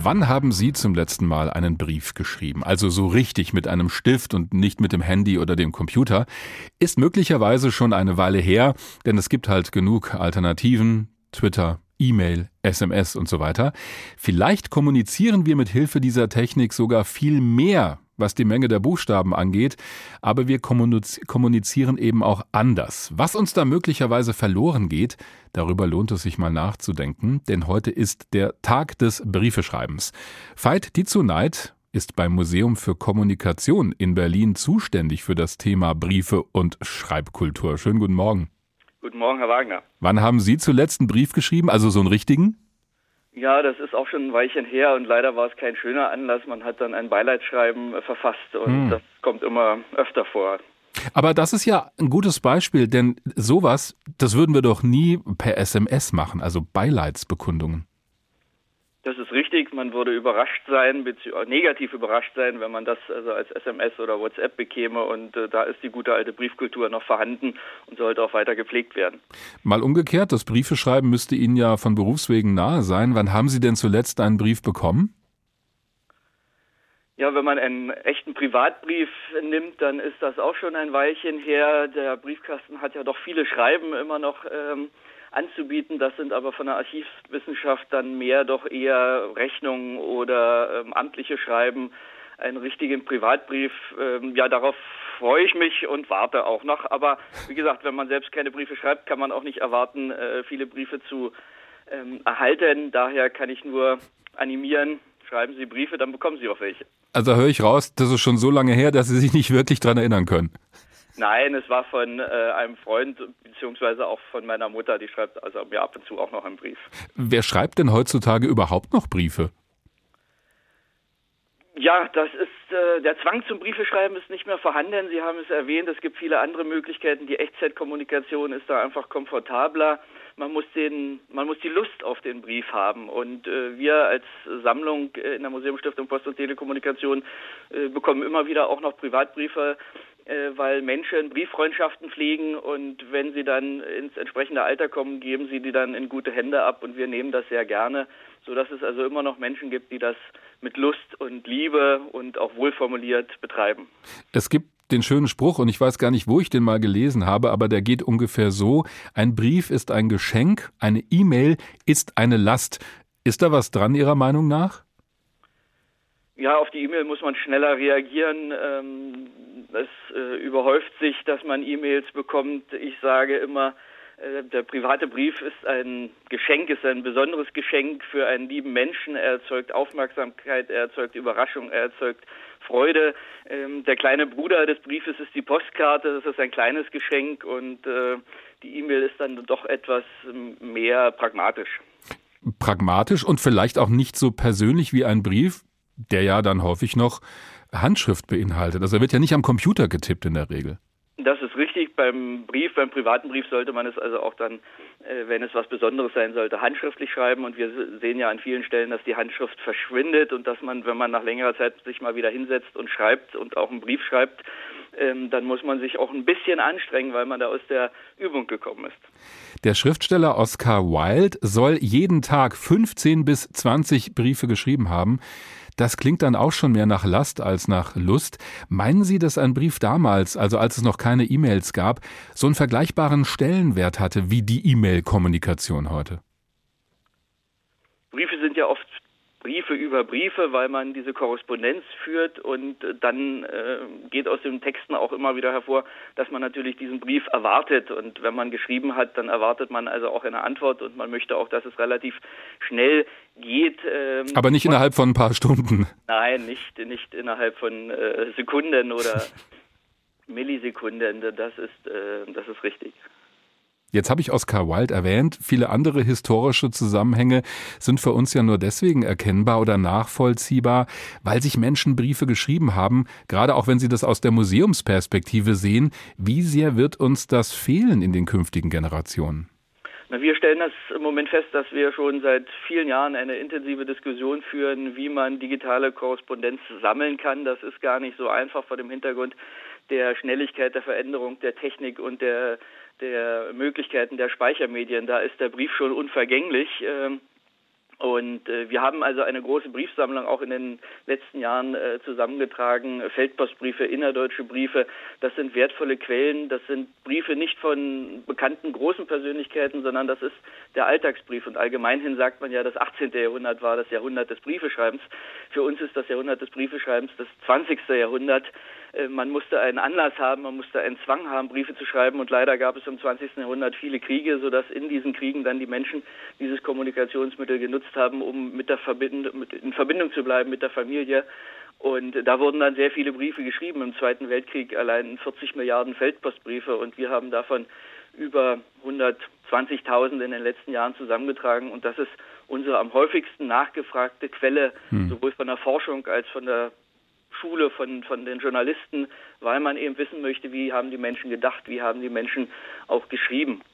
Wann haben Sie zum letzten Mal einen Brief geschrieben? Also so richtig mit einem Stift und nicht mit dem Handy oder dem Computer. Ist möglicherweise schon eine Weile her, denn es gibt halt genug Alternativen. Twitter, E-Mail, SMS und so weiter. Vielleicht kommunizieren wir mit Hilfe dieser Technik sogar viel mehr, was die Menge der Buchstaben angeht, aber wir kommunizieren eben auch anders. Was uns da möglicherweise verloren geht, darüber lohnt es sich mal nachzudenken, denn heute ist der Tag des Briefeschreibens. Veit Diezuneit ist beim Museum für Kommunikation in Berlin zuständig für das Thema Briefe und Schreibkultur. Schönen guten Morgen. Guten Morgen, Herr Wagner. Wann haben Sie zuletzt einen Brief geschrieben, also so einen richtigen? Ja, das ist auch schon ein Weilchen her und leider war es kein schöner Anlass. Man hat dann ein Beileidsschreiben verfasst und das kommt immer öfter vor. Aber das ist ja ein gutes Beispiel, denn sowas, das würden wir doch nie per SMS machen, also Beileidsbekundungen. Das ist richtig. Man würde überrascht sein, negativ überrascht sein, wenn man das also als SMS oder WhatsApp bekäme. Und da ist die gute alte Briefkultur noch vorhanden und sollte auch weiter gepflegt werden. Mal umgekehrt, das Briefeschreiben müsste Ihnen ja von Berufswegen nahe sein. Wann haben Sie denn zuletzt einen Brief bekommen? Ja, wenn man einen echten Privatbrief nimmt, dann ist das auch schon ein Weilchen her. Der Briefkasten hat ja doch viele Schreiben immer noch anzubieten. Das sind aber von der Archivwissenschaft dann mehr doch eher Rechnungen oder amtliche Schreiben. Einen richtigen Privatbrief, darauf freue ich mich und warte auch noch. Aber wie gesagt, wenn man selbst keine Briefe schreibt, kann man auch nicht erwarten, viele Briefe zu erhalten. Daher kann ich nur animieren, schreiben Sie Briefe, dann bekommen Sie auch welche. Also höre ich raus, das ist schon so lange her, dass Sie sich nicht wirklich daran erinnern können. Nein, es war von einem Freund beziehungsweise auch von meiner Mutter, die schreibt also mir ab und zu auch noch einen Brief. Wer schreibt denn heutzutage überhaupt noch Briefe? Ja, das ist der Zwang zum Briefeschreiben ist nicht mehr vorhanden. Sie haben es erwähnt, es gibt viele andere Möglichkeiten. Die Echtzeitkommunikation ist da einfach komfortabler. Man muss die Lust auf den Brief haben. Und wir als Sammlung in der Museumsstiftung Post- und Telekommunikation bekommen immer wieder auch noch Privatbriefe, weil Menschen Brieffreundschaften pflegen und wenn sie dann ins entsprechende Alter kommen, geben sie die dann in gute Hände ab und wir nehmen das sehr gerne, sodass es also immer noch Menschen gibt, die das mit Lust und Liebe und auch wohlformuliert betreiben. Es gibt den schönen Spruch, und ich weiß gar nicht, wo ich den mal gelesen habe, aber der geht ungefähr so: Ein Brief ist ein Geschenk, eine E-Mail ist eine Last. Ist da was dran Ihrer Meinung nach? Ja, auf die E-Mail muss man schneller reagieren. Es überhäuft sich, dass man E-Mails bekommt. Ich sage immer, der private Brief ist ein Geschenk, ist ein besonderes Geschenk für einen lieben Menschen. Er erzeugt Aufmerksamkeit, er erzeugt Überraschung, er erzeugt Freude. Der kleine Bruder des Briefes ist die Postkarte, das ist ein kleines Geschenk und die E-Mail ist dann doch etwas mehr pragmatisch. Pragmatisch und vielleicht auch nicht so persönlich wie ein Brief, der ja dann häufig noch Handschrift beinhaltet. Also er wird ja nicht am Computer getippt in der Regel. Das ist richtig. Beim privaten Brief sollte man es also auch dann, wenn es was Besonderes sein sollte, handschriftlich schreiben. Und wir sehen ja an vielen Stellen, dass die Handschrift verschwindet und dass man, wenn man nach längerer Zeit sich mal wieder hinsetzt und schreibt und auch einen Brief schreibt, dann muss man sich auch ein bisschen anstrengen, weil man da aus der Übung gekommen ist. Der Schriftsteller Oscar Wilde soll jeden Tag 15 bis 20 Briefe geschrieben haben. Das klingt dann auch schon mehr nach Last als nach Lust. Meinen Sie, dass ein Brief damals, also als es noch keine E-Mails gab, so einen vergleichbaren Stellenwert hatte wie die E-Mail-Kommunikation heute? Briefe sind ja oft Briefe über Briefe, weil man diese Korrespondenz führt und dann geht aus den Texten auch immer wieder hervor, dass man natürlich diesen Brief erwartet und wenn man geschrieben hat, dann erwartet man also auch eine Antwort und man möchte auch, dass es relativ schnell geht. Aber nicht innerhalb von ein paar Stunden. Nein, nicht innerhalb von Sekunden oder Millisekunden, das ist richtig. Jetzt habe ich Oscar Wilde erwähnt. Viele andere historische Zusammenhänge sind für uns ja nur deswegen erkennbar oder nachvollziehbar, weil sich Menschen Briefe geschrieben haben, gerade auch wenn sie das aus der Museumsperspektive sehen. Wie sehr wird uns das fehlen in den künftigen Generationen? Wir stellen das im Moment fest, dass wir schon seit vielen Jahren eine intensive Diskussion führen, wie man digitale Korrespondenz sammeln kann. Das ist gar nicht so einfach vor dem Hintergrund der Schnelligkeit der Veränderung der Technik und der Möglichkeiten der Speichermedien. Da ist der Brief schon unvergänglich. Und wir haben also eine große Briefsammlung auch in den letzten Jahren zusammengetragen, Feldpostbriefe, innerdeutsche Briefe. Das sind wertvolle Quellen, das sind Briefe nicht von bekannten großen Persönlichkeiten, sondern das ist der Alltagsbrief. Und allgemeinhin sagt man ja, das 18. Jahrhundert war das Jahrhundert des Briefeschreibens. Für uns ist das Jahrhundert des Briefeschreibens das 20. Jahrhundert. Man musste einen Anlass haben, man musste einen Zwang haben, Briefe zu schreiben, und leider gab es im 20. Jahrhundert viele Kriege, sodass in diesen Kriegen dann die Menschen dieses Kommunikationsmittel genutzt haben, um in Verbindung zu bleiben mit der Familie. Und da wurden dann sehr viele Briefe geschrieben. Im Zweiten Weltkrieg allein 40 Milliarden Feldpostbriefe, und wir haben davon über 120.000 in den letzten Jahren zusammengetragen, und das ist unsere am häufigsten nachgefragte Quelle, sowohl von der Forschung als von der Schule, von den Journalisten, weil man eben wissen möchte, wie haben die Menschen gedacht, wie haben die Menschen auch geschrieben.